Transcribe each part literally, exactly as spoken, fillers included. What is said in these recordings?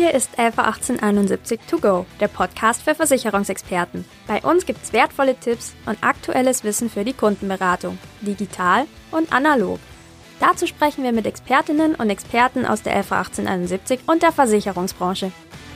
Hier ist elf achtzehnhunderteinundsiebzig To Go, der Podcast für Versicherungsexperten. Bei uns gibt's wertvolle Tipps und aktuelles Wissen für die Kundenberatung, digital und analog. Dazu sprechen wir mit Expertinnen und Experten aus der elf achtzehnhunderteinundsiebzig und der Versicherungsbranche.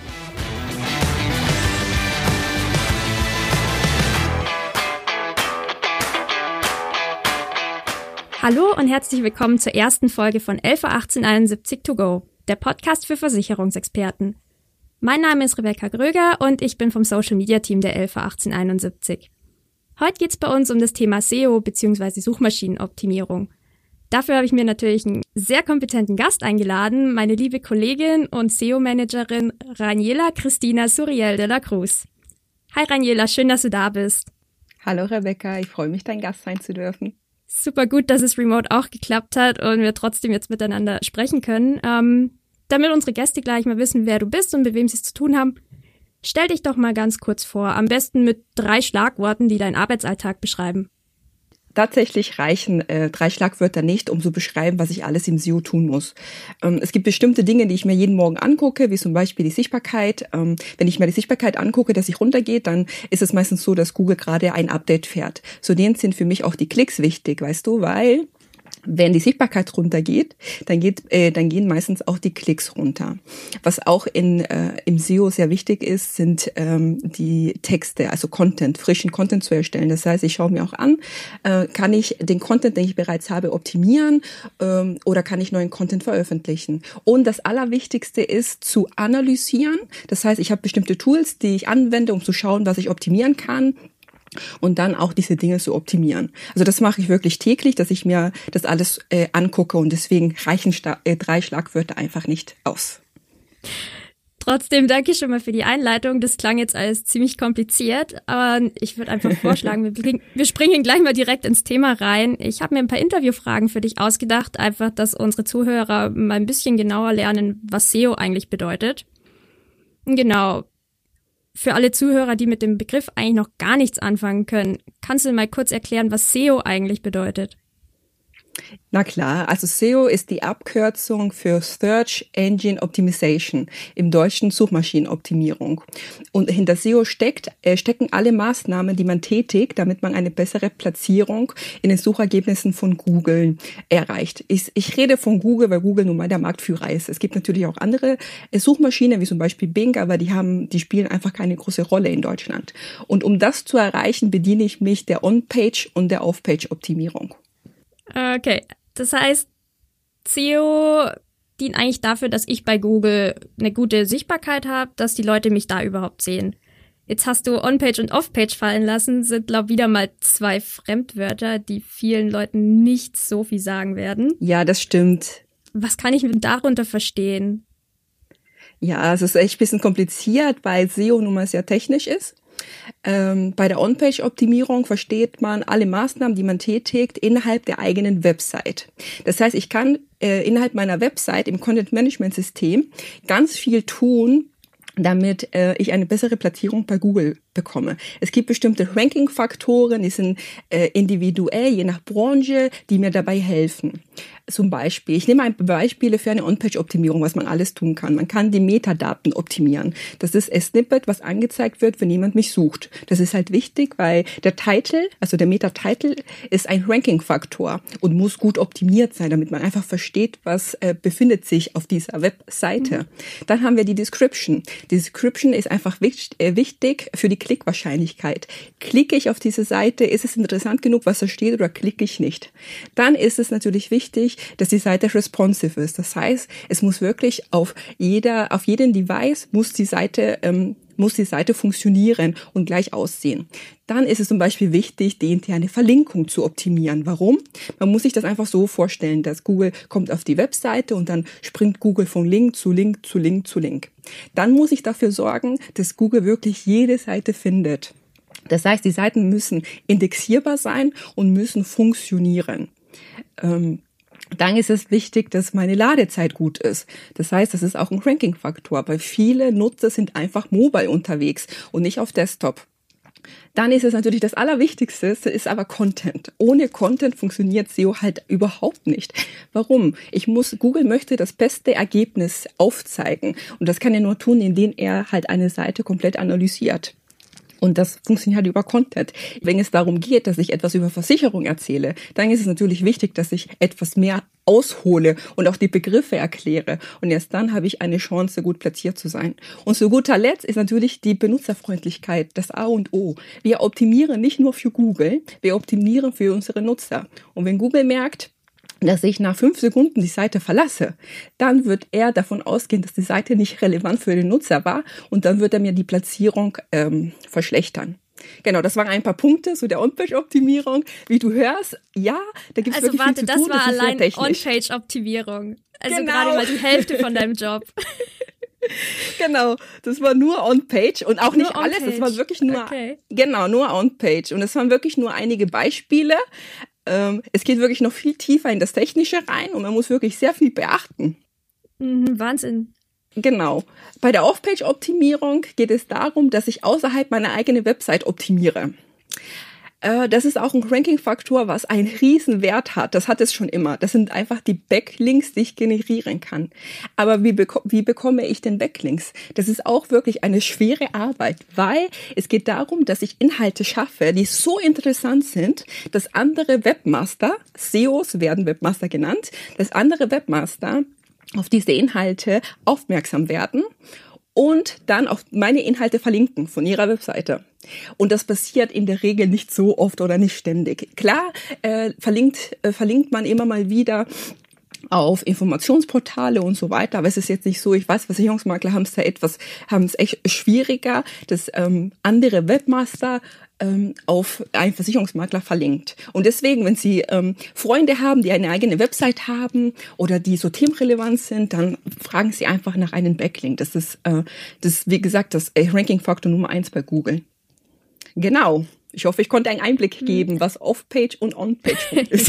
Hallo und herzlich willkommen zur ersten Folge von elf achtzehnhunderteinundsiebzig To Go, der Podcast für Versicherungsexperten. Mein Name ist Rebecca Gröger und ich bin vom Social Media Team der elf achtzehnhunderteinundsiebzig. Heute geht's bei uns um das Thema S E O bzw. Suchmaschinenoptimierung. Dafür habe ich mir natürlich einen sehr kompetenten Gast eingeladen, meine liebe Kollegin und S E O-Managerin Raniela Cristina Suriel de la Cruz. Hi Raniela, schön, dass du da bist. Hallo Rebecca, ich freue mich, dein Gast sein zu dürfen. Super gut, dass es remote auch geklappt hat und wir trotzdem jetzt miteinander sprechen können. Ähm, damit unsere Gäste gleich mal wissen, wer du bist und mit wem sie es zu tun haben, stell dich doch mal ganz kurz vor, am besten mit drei Schlagworten, die deinen Arbeitsalltag beschreiben. Tatsächlich reichen äh, drei Schlagwörter nicht, um zu beschreiben, was ich alles im S E O tun muss. Ähm, es gibt bestimmte Dinge, die ich mir jeden Morgen angucke, wie zum Beispiel die Sichtbarkeit. Ähm, wenn ich mir die Sichtbarkeit angucke, dass ich runtergeht, dann ist es meistens so, dass Google gerade ein Update fährt. Zudem sind für mich auch die Klicks wichtig, weißt du, weil wenn die Sichtbarkeit runtergeht, dann geht, äh, dann gehen meistens auch die Klicks runter. Was auch in äh, im S E O sehr wichtig ist, sind ähm, die Texte, also Content, frischen Content zu erstellen. Das heißt, ich schaue mir auch an, äh, kann ich den Content, den ich bereits habe, optimieren ähm, oder kann ich neuen Content veröffentlichen? Und das Allerwichtigste ist zu analysieren. Das heißt, ich habe bestimmte Tools, die ich anwende, um zu schauen, was ich optimieren kann. Und dann auch diese Dinge zu optimieren. Also das mache ich wirklich täglich, dass ich mir das alles äh, angucke und deswegen reichen sta- äh, drei Schlagwörter einfach nicht aus. Trotzdem danke schon mal für die Einleitung. Das klang jetzt alles ziemlich kompliziert, aber ich würde einfach vorschlagen, wir, bring, wir springen gleich mal direkt ins Thema rein. Ich habe mir ein paar Interviewfragen für dich ausgedacht, einfach, dass unsere Zuhörer mal ein bisschen genauer lernen, was S E O eigentlich bedeutet. Genau. Für alle Zuhörer, die mit dem Begriff eigentlich noch gar nichts anfangen können, kannst du mal kurz erklären, was S E O eigentlich bedeutet? Na klar, also S E O ist die Abkürzung für Search Engine Optimization, im Deutschen Suchmaschinenoptimierung. Und hinter S E O steckt, äh, stecken alle Maßnahmen, die man tätigt, damit man eine bessere Platzierung in den Suchergebnissen von Google erreicht. Ich, ich rede von Google, weil Google nun mal der Marktführer ist. Es gibt natürlich auch andere äh, Suchmaschinen, wie zum Beispiel Bing, aber die haben, die spielen einfach keine große Rolle in Deutschland. Und um das zu erreichen, bediene ich mich der On-Page und der Off-Page-Optimierung. Okay, das heißt, S E O dient eigentlich dafür, dass ich bei Google eine gute Sichtbarkeit habe, dass die Leute mich da überhaupt sehen. Jetzt hast du On-Page und Off-Page fallen lassen, sind, glaube ich, wieder mal zwei Fremdwörter, die vielen Leuten nicht so viel sagen werden. Ja, das stimmt. Was kann ich denn darunter verstehen? Ja, es ist echt ein bisschen kompliziert, weil S E O nun mal sehr technisch ist. Ähm, bei der On-Page-Optimierung versteht man alle Maßnahmen, die man tätigt, innerhalb der eigenen Website. Das heißt, ich kann äh, innerhalb meiner Website im Content-Management-System ganz viel tun, damit äh, ich eine bessere Platzierung bei Google bekomme. Es gibt bestimmte Ranking-Faktoren, die sind äh, individuell, je nach Branche, die mir dabei helfen. Zum Beispiel, ich nehme ein Beispiele für eine On-Page-Optimierung, was man alles tun kann. Man kann die Metadaten optimieren. Das ist ein Snippet, was angezeigt wird, wenn jemand mich sucht. Das ist halt wichtig, weil der Titel, also der Meta-Titel, ist ein Ranking-Faktor und muss gut optimiert sein, damit man einfach versteht, was äh, befindet sich auf dieser Webseite. Mhm. Dann haben wir die Description. Die Description ist einfach wichtig, äh, wichtig für die Klickwahrscheinlichkeit. Klicke ich auf diese Seite, ist es interessant genug, was da steht, oder klicke ich nicht? Dann ist es natürlich wichtig, dass die Seite responsive ist. Das heißt, es muss wirklich auf jeder, auf jedem Device muss die Seite, ähm, muss die Seite funktionieren und gleich aussehen. Dann ist es zum Beispiel wichtig, die interne Verlinkung zu optimieren. Warum? Man muss sich das einfach so vorstellen, dass Google kommt auf die Webseite und dann springt Google von Link zu Link zu Link zu Link. Dann muss ich dafür sorgen, dass Google wirklich jede Seite findet. Das heißt, die Seiten müssen indexierbar sein und müssen funktionieren. Ähm, Dann ist es wichtig, dass meine Ladezeit gut ist. Das heißt, das ist auch ein Ranking-Faktor, weil viele Nutzer sind einfach mobile unterwegs und nicht auf Desktop. Dann ist es natürlich das Allerwichtigste, ist aber Content. Ohne Content funktioniert S E O halt überhaupt nicht. Warum? Ich muss, Google möchte das beste Ergebnis aufzeigen. Und das kann er nur tun, indem er halt eine Seite komplett analysiert. Und das funktioniert halt über Content. Wenn es darum geht, dass ich etwas über Versicherung erzähle, dann ist es natürlich wichtig, dass ich etwas mehr aushole und auch die Begriffe erkläre. Und erst dann habe ich eine Chance, gut platziert zu sein. Und zu guter Letzt ist natürlich die Benutzerfreundlichkeit das A und O. Wir optimieren nicht nur für Google, wir optimieren für unsere Nutzer. Und wenn Google merkt, dass ich nach fünf Sekunden die Seite verlasse, dann wird er davon ausgehen, dass die Seite nicht relevant für den Nutzer war und dann wird er mir die Platzierung ähm, verschlechtern. Genau, das waren ein paar Punkte zu der On-Page-Optimierung. Wie du hörst, ja, da gibt es also wirklich warte, viel zu tun. tun. Also warte, das war das allein On-Page-Optimierung. Also genau. gerade mal die Hälfte von deinem Job. Genau, das war nur On-Page und auch nur nicht alles, das war wirklich nur, okay. genau, nur On-Page und das waren wirklich nur einige Beispiele. Ähm, es geht wirklich noch viel tiefer in das Technische rein und man muss wirklich sehr viel beachten. Mhm, Wahnsinn. Genau. Bei der Off-Page-Optimierung geht es darum, dass ich außerhalb meiner eigenen Website optimiere. Äh, das ist auch ein Ranking-Faktor, was einen riesen Wert hat. Das hat es schon immer. Das sind einfach die Backlinks, die ich generieren kann. Aber wie, beko- wie bekomme ich denn Backlinks? Das ist auch wirklich eine schwere Arbeit, weil es geht darum, dass ich Inhalte schaffe, die so interessant sind, dass andere Webmaster, S E Os werden Webmaster genannt, dass andere Webmaster auf diese Inhalte aufmerksam werden und dann auf meine Inhalte verlinken von ihrer Webseite. Und das passiert in der Regel nicht so oft oder nicht ständig. Klar, äh, verlinkt, äh, verlinkt man immer mal wieder auf Informationsportale und so weiter, aber es ist jetzt nicht so, ich weiß, Versicherungsmakler haben es da etwas, haben es echt schwieriger, dass ähm, andere Webmaster ähm, auf einen Versicherungsmakler verlinkt. Und deswegen, wenn Sie ähm, Freunde haben, die eine eigene Website haben oder die so themenrelevant sind, dann fragen Sie einfach nach einem Backlink. Das ist, äh, das ist wie gesagt, das Ranking-Faktor Nummer eins bei Google. Genau. Ich hoffe, ich konnte einen Einblick geben, was Off-Page und On-Page ist.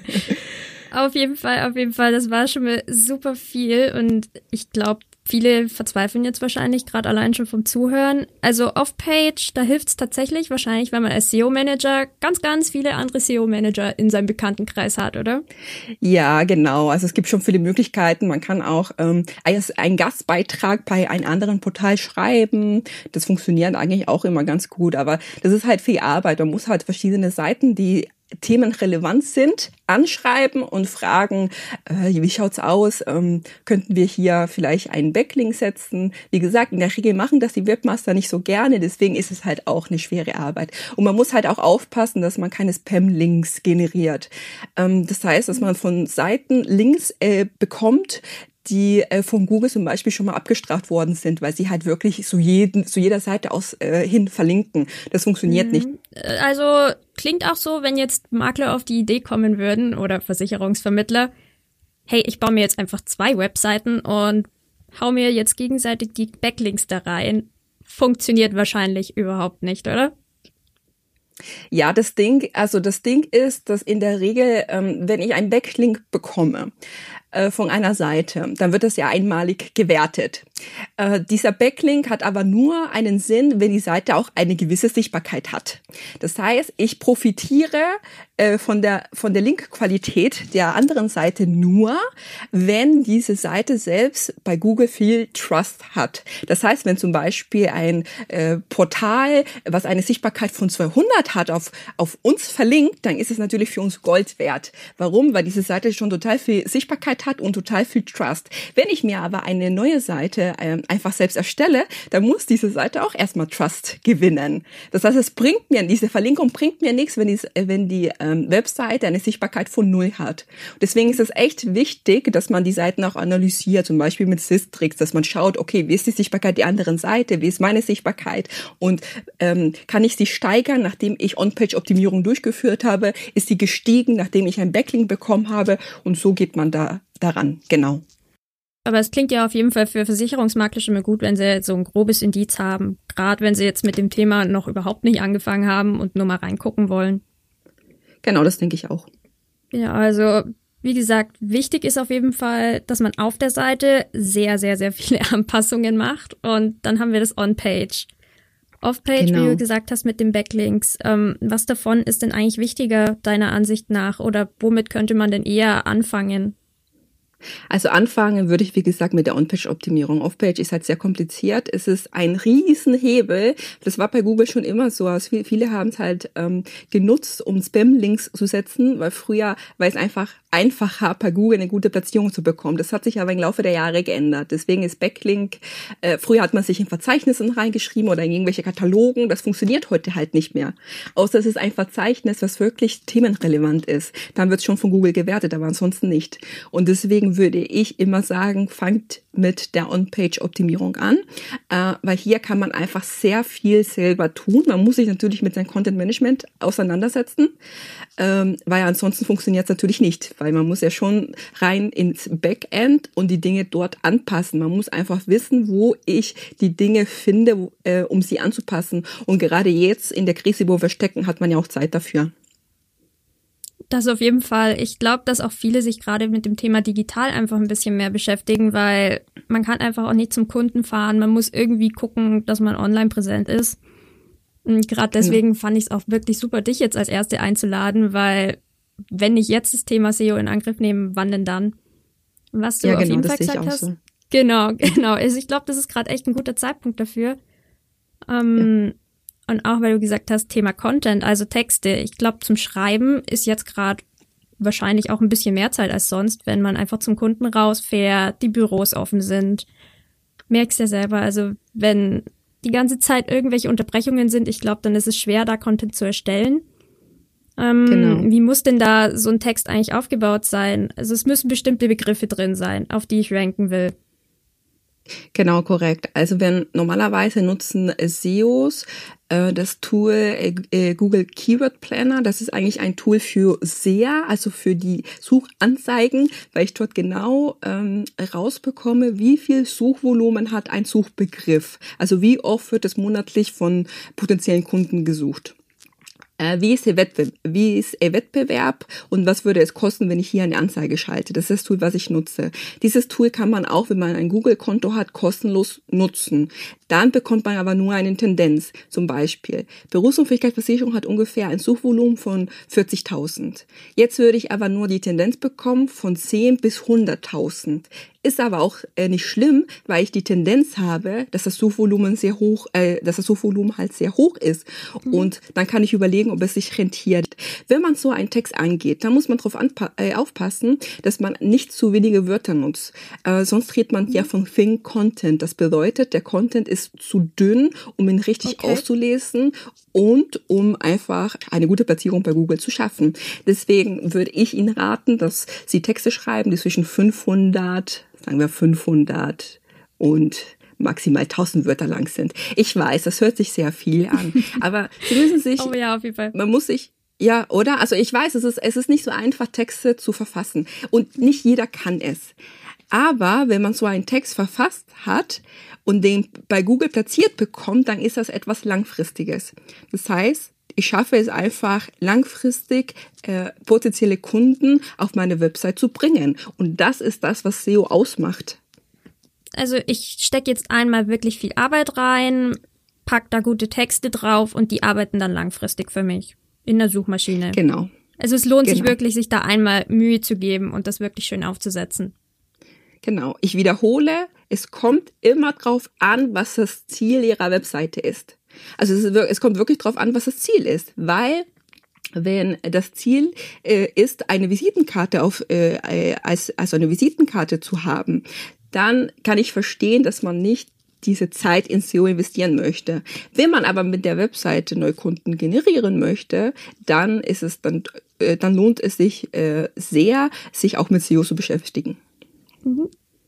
Auf jeden Fall, auf jeden Fall. Das war schon mal super viel und ich glaube, viele verzweifeln jetzt wahrscheinlich gerade allein schon vom Zuhören. Also Off-Page, da hilft es tatsächlich wahrscheinlich, weil man als S E O-Manager ganz, ganz viele andere S E O-Manager in seinem Bekanntenkreis hat, oder? Ja, genau. Also es gibt schon viele Möglichkeiten. Man kann auch ähm, einen Gastbeitrag bei einem anderen Portal schreiben. Das funktioniert eigentlich auch immer ganz gut, aber das ist halt viel Arbeit. Man muss halt verschiedene Seiten, die themenrelevant sind, anschreiben und fragen, äh, wie schaut's aus, ähm, könnten wir hier vielleicht einen Backlink setzen? Wie gesagt, in der Regel machen das die Webmaster nicht so gerne, deswegen ist es halt auch eine schwere Arbeit. Und man muss halt auch aufpassen, dass man keine Spam-Links generiert. Ähm, das heißt, dass man von Seiten Links äh, bekommt, die äh, von Google zum Beispiel schon mal abgestraft worden sind, weil sie halt wirklich zu, jeden, zu jeder Seite aus äh, hin verlinken. Das funktioniert mhm. nicht. Also klingt auch so, wenn jetzt Makler auf die Idee kommen würden oder Versicherungsvermittler, hey, ich baue mir jetzt einfach zwei Webseiten und hau mir jetzt gegenseitig die Backlinks da rein. Funktioniert wahrscheinlich überhaupt nicht, oder? Ja, das Ding, also das Ding ist, dass in der Regel, ähm, wenn ich einen Backlink bekomme äh, von einer Seite, dann wird das ja einmalig gewertet. Äh, dieser Backlink hat aber nur einen Sinn, wenn die Seite auch eine gewisse Sichtbarkeit hat. Das heißt, ich profitiere äh, von der von der Linkqualität der anderen Seite nur, wenn diese Seite selbst bei Google viel Trust hat. Das heißt, wenn zum Beispiel ein äh, Portal, was eine Sichtbarkeit von zweihundert hat, auf auf uns verlinkt, dann ist es natürlich für uns Gold wert. Warum? Weil diese Seite schon total viel Sichtbarkeit hat und total viel Trust. Wenn ich mir aber eine neue Seite ähm, einfach selbst erstelle, dann muss diese Seite auch erstmal Trust gewinnen. Das heißt, es bringt mir, diese Verlinkung bringt mir nichts, wenn die, wenn die ähm, Webseite eine Sichtbarkeit von null hat. Und deswegen ist es echt wichtig, dass man die Seiten auch analysiert, zum Beispiel mit Systrix, dass man schaut, okay, wie ist die Sichtbarkeit der anderen Seite, wie ist meine Sichtbarkeit und ähm, kann ich sie steigern, nachdem ich On-Page-Optimierung durchgeführt habe, ist sie gestiegen, nachdem ich einen Backlink bekommen habe und so geht man da daran, genau. Aber es klingt ja auf jeden Fall für Versicherungsmakler schon mal gut, wenn sie so ein grobes Indiz haben, gerade wenn sie jetzt mit dem Thema noch überhaupt nicht angefangen haben und nur mal reingucken wollen. Genau, das denke ich auch. Ja, also wie gesagt, wichtig ist auf jeden Fall, dass man auf der Seite sehr, sehr, sehr viele Anpassungen macht und dann haben wir das On-Page. Off-Page, Genau. wie du gesagt hast, mit den Backlinks. Ähm, was davon ist denn eigentlich wichtiger, deiner Ansicht nach? Oder womit könnte man denn eher anfangen? Also anfangen würde ich, wie gesagt, mit der On-Page-Optimierung. Off-Page ist halt sehr kompliziert. Es ist ein Riesenhebel. Das war bei Google schon immer so. Also viele haben es halt ähm, genutzt, um Spam-Links zu setzen, weil früher, weil es einfach einfacher bei Google eine gute Platzierung zu bekommen. Das hat sich aber im Laufe der Jahre geändert. Deswegen ist Backlink, äh, früher hat man sich in Verzeichnissen reingeschrieben oder in irgendwelche Katalogen. Das funktioniert heute halt nicht mehr. Außer es ist ein Verzeichnis, was wirklich themenrelevant ist. Dann wird es schon von Google gewertet, aber ansonsten nicht. Und deswegen würde ich immer sagen, fangt mit der On-Page-Optimierung an, äh, weil hier kann man einfach sehr viel selber tun. Man muss sich natürlich mit seinem Content-Management auseinandersetzen, ähm, weil ansonsten funktioniert es natürlich nicht, weil man muss ja schon rein ins Backend und die Dinge dort anpassen. Man muss einfach wissen, wo ich die Dinge finde, wo, äh, um sie anzupassen. Und gerade jetzt in der Krise, wo wir stecken, hat man ja auch Zeit dafür. Das auf jeden Fall. Ich glaube, dass auch viele sich gerade mit dem Thema digital einfach ein bisschen mehr beschäftigen, weil man kann einfach auch nicht zum Kunden fahren. Man muss irgendwie gucken, dass man online präsent ist. Und gerade deswegen genau. fand ich es auch wirklich super, dich jetzt als Erste einzuladen, weil wenn ich jetzt das Thema S E O in Angriff nehme, wann denn dann? Was du ja, auf genau, jeden Fall gesagt hast. So. Genau, genau. Also ich glaube, das ist gerade echt ein guter Zeitpunkt dafür. Ähm, ja. Und auch, weil du gesagt hast, Thema Content, also Texte. Ich glaube, zum Schreiben ist jetzt gerade wahrscheinlich auch ein bisschen mehr Zeit als sonst, wenn man einfach zum Kunden rausfährt, die Büros offen sind. Merkst ja selber, also wenn die ganze Zeit irgendwelche Unterbrechungen sind, ich glaube, dann ist es schwer, da Content zu erstellen. Ähm, genau. Wie muss denn da so ein Text eigentlich aufgebaut sein? Also es müssen bestimmte Begriffe drin sein, auf die ich ranken will. Genau, korrekt. Also wenn normalerweise nutzen S E Os äh, das Tool äh, Google Keyword Planner. Das ist eigentlich ein Tool für S E A, also für die Suchanzeigen, weil ich dort genau ähm, rausbekomme, wie viel Suchvolumen hat ein Suchbegriff. Also wie oft wird es monatlich von potenziellen Kunden gesucht. Wie ist, der Wettbewerb, wie ist der Wettbewerb und was würde es kosten, wenn ich hier eine Anzeige schalte? Das ist das Tool, was ich nutze. Dieses Tool kann man auch, wenn man ein Google-Konto hat, kostenlos nutzen. Dann bekommt man aber nur eine Tendenz. Zum Beispiel, Berufsunfähigkeitsversicherung hat ungefähr ein Suchvolumen von vierzigtausend. Jetzt würde ich aber nur die Tendenz bekommen von zehn bis hunderttausend. Ist aber auch äh, nicht schlimm, weil ich die Tendenz habe, dass das Suchvolumen sehr hoch, äh, dass das Suchvolumen halt sehr hoch ist. Mhm. Und dann kann ich überlegen, ob es sich rentiert. Wenn man so einen Text angeht, dann muss man darauf anpa- äh, aufpassen, dass man nicht zu wenige Wörter nutzt. Äh, sonst redet man mhm. ja von Thin Content. Das bedeutet, der Content ist zu dünn, um ihn richtig okay. auszulesen und um einfach eine gute Platzierung bei Google zu schaffen. Deswegen würde ich Ihnen raten, dass Sie Texte schreiben, die zwischen fünfhundert sagen wir fünfhundert und maximal tausend Wörter lang sind. Ich weiß, das hört sich sehr viel an, aber Sie müssen sich, oh ja, auf jeden Fall. Man muss sich, ja, oder? Also ich weiß, es ist, es ist nicht so einfach, Texte zu verfassen und nicht jeder kann es. Aber wenn man so einen Text verfasst hat und den bei Google platziert bekommt, dann ist das etwas Langfristiges. Das heißt, ich schaffe es einfach langfristig, äh, potenzielle Kunden auf meine Website zu bringen. Und das ist das, was S E O ausmacht. Also ich stecke jetzt einmal wirklich viel Arbeit rein, pack da gute Texte drauf und die arbeiten dann langfristig für mich in der Suchmaschine. Genau. Also es lohnt genau. sich wirklich, sich da einmal Mühe zu geben und das wirklich schön aufzusetzen. Genau. Ich wiederhole, es kommt immer drauf an, was das Ziel Ihrer Webseite ist. Also es, ist, es kommt wirklich drauf an, was das Ziel ist, weil wenn das Ziel äh, ist, eine Visitenkarte auf äh, als also eine Visitenkarte zu haben, dann kann ich verstehen, dass man nicht diese Zeit in S E O investieren möchte. Wenn man aber mit der Webseite Neukunden generieren möchte, dann ist es dann äh, dann lohnt es sich äh, sehr, sich auch mit S E O zu beschäftigen. Mhm.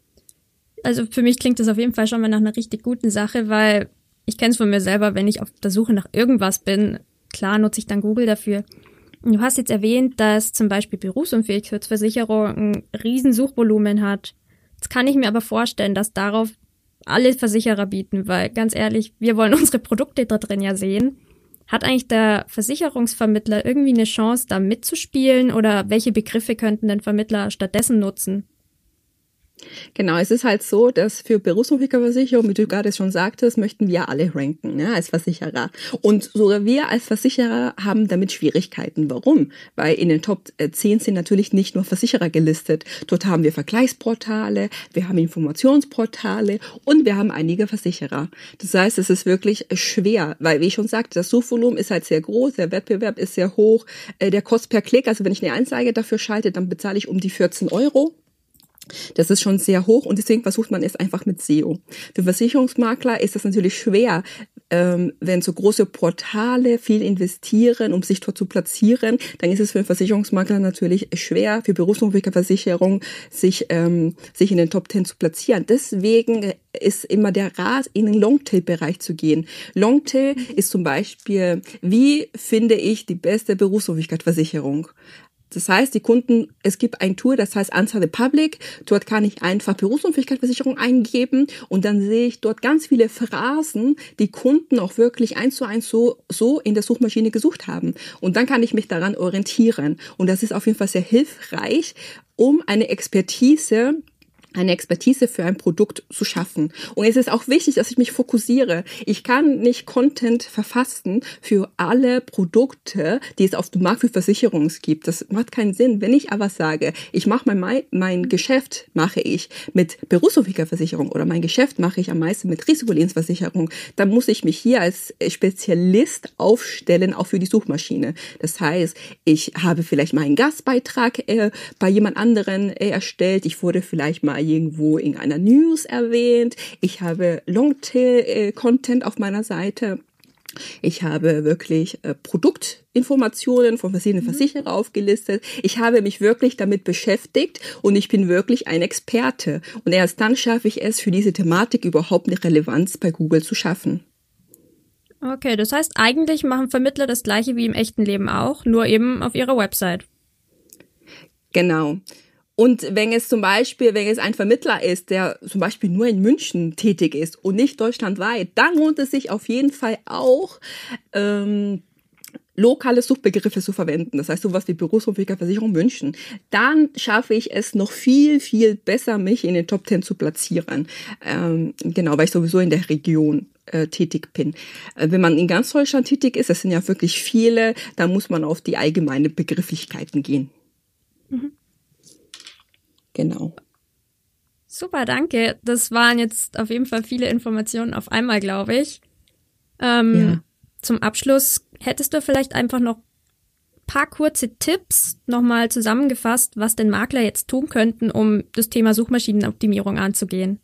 Also für mich klingt das auf jeden Fall schon mal nach einer richtig guten Sache, weil ich kenne es von mir selber, wenn ich auf der Suche nach irgendwas bin, klar nutze ich dann Google dafür. Du hast jetzt erwähnt, dass zum Beispiel Berufsunfähigkeitsversicherung ein riesen Suchvolumen hat. Jetzt kann ich mir aber vorstellen, dass darauf alle Versicherer bieten, weil ganz ehrlich, wir wollen unsere Produkte da drin ja sehen. Hat eigentlich der Versicherungsvermittler irgendwie eine Chance, da mitzuspielen oder welche Begriffe könnten denn Vermittler stattdessen nutzen? Genau, es ist halt so, dass für Berufsunfähigkeitsversicherung, wie du gerade schon sagtest, möchten wir alle ranken, ne, als Versicherer. Und sogar wir als Versicherer haben damit Schwierigkeiten. Warum? Weil in den Top zehn sind natürlich nicht nur Versicherer gelistet. Dort haben wir Vergleichsportale, wir haben Informationsportale und wir haben einige Versicherer. Das heißt, es ist wirklich schwer, weil, wie ich schon sagte, das Suchvolumen ist halt sehr groß, der Wettbewerb ist sehr hoch, der Kost per Klick, also wenn ich eine Anzeige dafür schalte, dann bezahle ich um die vierzehn Euro. Das ist schon sehr hoch und deswegen versucht man es einfach mit S E O. Für Versicherungsmakler ist das natürlich schwer, ähm, wenn so große Portale viel investieren, um sich dort zu platzieren, dann ist es für einen Versicherungsmakler natürlich schwer, für Berufsunfähigkeitsversicherung sich ähm, sich in den Top zehn zu platzieren. Deswegen ist immer der Rat, in den Longtail-Bereich zu gehen. Longtail ist zum Beispiel, wie finde ich die beste Berufsunfähigkeitsversicherung? Das heißt, die Kunden, es gibt ein Tool, das heißt Answer the Public. Dort kann ich einfach Berufsunfähigkeitsversicherung eingeben und dann sehe ich dort ganz viele Phrasen, die Kunden auch wirklich eins zu eins so, so in der Suchmaschine gesucht haben. Und dann kann ich mich daran orientieren. Und das ist auf jeden Fall sehr hilfreich, um eine Expertise eine Expertise für ein Produkt zu schaffen. Und es ist auch wichtig, dass ich mich fokussiere. Ich kann nicht Content verfassen für alle Produkte, die es auf dem Markt für Versicherungen gibt. Das macht keinen Sinn. Wenn ich aber sage, ich mache mein, mein Geschäft mache ich mit Berufsunfähigkeitsversicherung oder mein Geschäft mache ich am meisten mit Risikolebensversicherung, dann muss ich mich hier als Spezialist aufstellen, auch für die Suchmaschine. Das heißt, ich habe vielleicht mal einen Gastbeitrag äh, bei jemand anderen äh, erstellt. Ich wurde vielleicht mal irgendwo in einer News erwähnt. Ich habe Longtail-Content auf meiner Seite. Ich habe wirklich äh, Produktinformationen von verschiedenen Versicherern aufgelistet. Ich habe mich wirklich damit beschäftigt und ich bin wirklich ein Experte. Und erst dann schaffe ich es, für diese Thematik überhaupt eine Relevanz bei Google zu schaffen. Okay, das heißt, eigentlich machen Vermittler das Gleiche wie im echten Leben auch, nur eben auf ihrer Website. Genau. Und wenn es zum Beispiel, wenn es ein Vermittler ist, der zum Beispiel nur in München tätig ist und nicht deutschlandweit, dann lohnt es sich auf jeden Fall auch, ähm, lokale Suchbegriffe zu verwenden. Das heißt, sowas wie Berufsunfähigkeitsversicherung München. Dann schaffe ich es noch viel, viel besser, mich in den Top zehn zu platzieren. Ähm, genau, weil ich sowieso in der Region äh, tätig bin. Äh, wenn man in ganz Deutschland tätig ist, das sind ja wirklich viele, da muss man auf die allgemeinen Begrifflichkeiten gehen. Mhm. Genau. Super, danke. Das waren jetzt auf jeden Fall viele Informationen auf einmal, glaube ich. Ähm, ja. Zum Abschluss hättest du vielleicht einfach noch ein paar kurze Tipps nochmal zusammengefasst, was denn Makler jetzt tun könnten, um das Thema Suchmaschinenoptimierung anzugehen?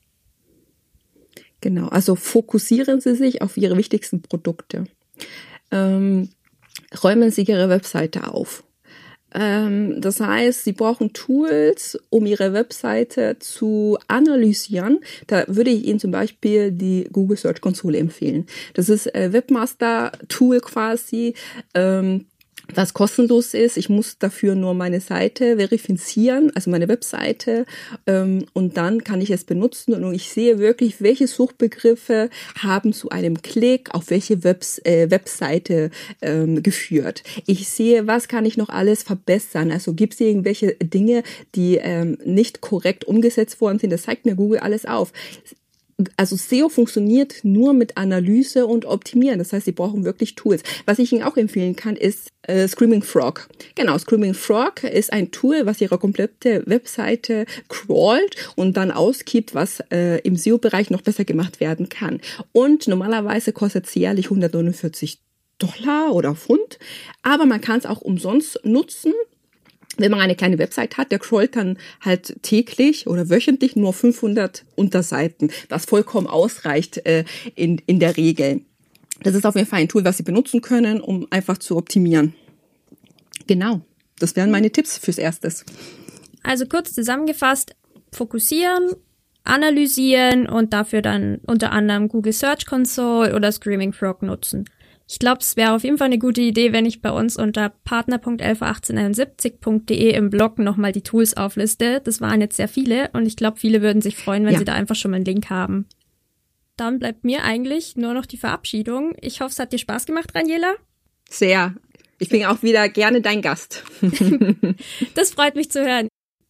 Genau, also fokussieren Sie sich auf Ihre wichtigsten Produkte. Ähm, räumen Sie Ihre Webseite auf. Das heißt, Sie brauchen Tools, um Ihre Webseite zu analysieren. Da würde ich Ihnen zum Beispiel die Google Search Konsole empfehlen. Das ist ein Webmaster-Tool quasi, ähm, was kostenlos ist. Ich muss dafür nur meine Seite verifizieren, also meine Webseite, ähm, und dann kann ich es benutzen und ich sehe wirklich, welche Suchbegriffe haben zu einem Klick auf welche Webs, äh, Webseite ähm, geführt. Ich sehe, was kann ich noch alles verbessern. Also gibt es irgendwelche Dinge, die ähm, nicht korrekt umgesetzt worden sind. Das zeigt mir Google alles auf. Also S E O funktioniert nur mit Analyse und Optimieren. Das heißt, Sie brauchen wirklich Tools. Was ich Ihnen auch empfehlen kann, ist äh, Screaming Frog. Genau, Screaming Frog ist ein Tool, was Ihre komplette Webseite crawlt und dann ausgibt, was äh, im S E O-Bereich noch besser gemacht werden kann. Und normalerweise kostet es jährlich hundertneunundvierzig Dollar oder Pfund, aber man kann es auch umsonst nutzen. Wenn man eine kleine Website hat, der crawlt dann halt täglich oder wöchentlich nur fünfhundert Unterseiten, was vollkommen ausreicht äh, in, in der Regel. Das ist auf jeden Fall ein Tool, was Sie benutzen können, um einfach zu optimieren. Genau, das wären meine Tipps fürs Erstes. Also kurz zusammengefasst, fokussieren, analysieren und dafür dann unter anderem Google Search Console oder Screaming Frog nutzen. Ich glaube, es wäre auf jeden Fall eine gute Idee, wenn ich bei uns unter partner punkt elf achtzehn einundsiebzig punkt de im Blog nochmal die Tools aufliste. Das waren jetzt sehr viele und ich glaube, viele würden sich freuen, wenn ja. sie da einfach schon mal einen Link haben. Dann bleibt mir eigentlich nur noch die Verabschiedung. Ich hoffe, es hat dir Spaß gemacht, Raniela. Sehr. Ich bin auch wieder gerne dein Gast. Das freut mich zu hören.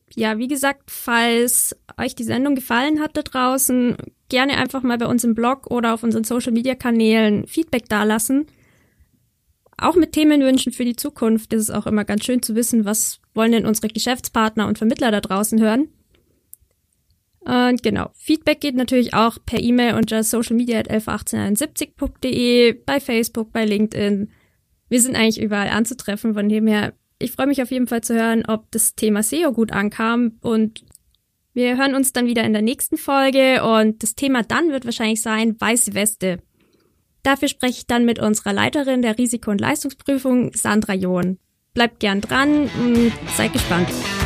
ja, wie gesagt, falls euch die Sendung gefallen hat da draußen, gerne einfach mal bei uns im Blog oder auf unseren Social-Media-Kanälen Feedback dalassen. Auch mit Themenwünschen für die Zukunft ist es auch immer ganz schön zu wissen, was wollen denn unsere Geschäftspartner und Vermittler da draußen hören. Und genau, Feedback geht natürlich auch per E-Mail unter socialmedia at elf achtzehn einundsiebzig punkt de, bei Facebook, bei LinkedIn. Wir sind eigentlich überall anzutreffen, von dem her, ich freue mich auf jeden Fall zu hören, ob das Thema S E O gut ankam, und wir hören uns dann wieder in der nächsten Folge, und das Thema dann wird wahrscheinlich sein weiße Weste. Dafür spreche ich dann mit unserer Leiterin der Risiko- und Leistungsprüfung, Sandra John. Bleibt gern dran und seid gespannt.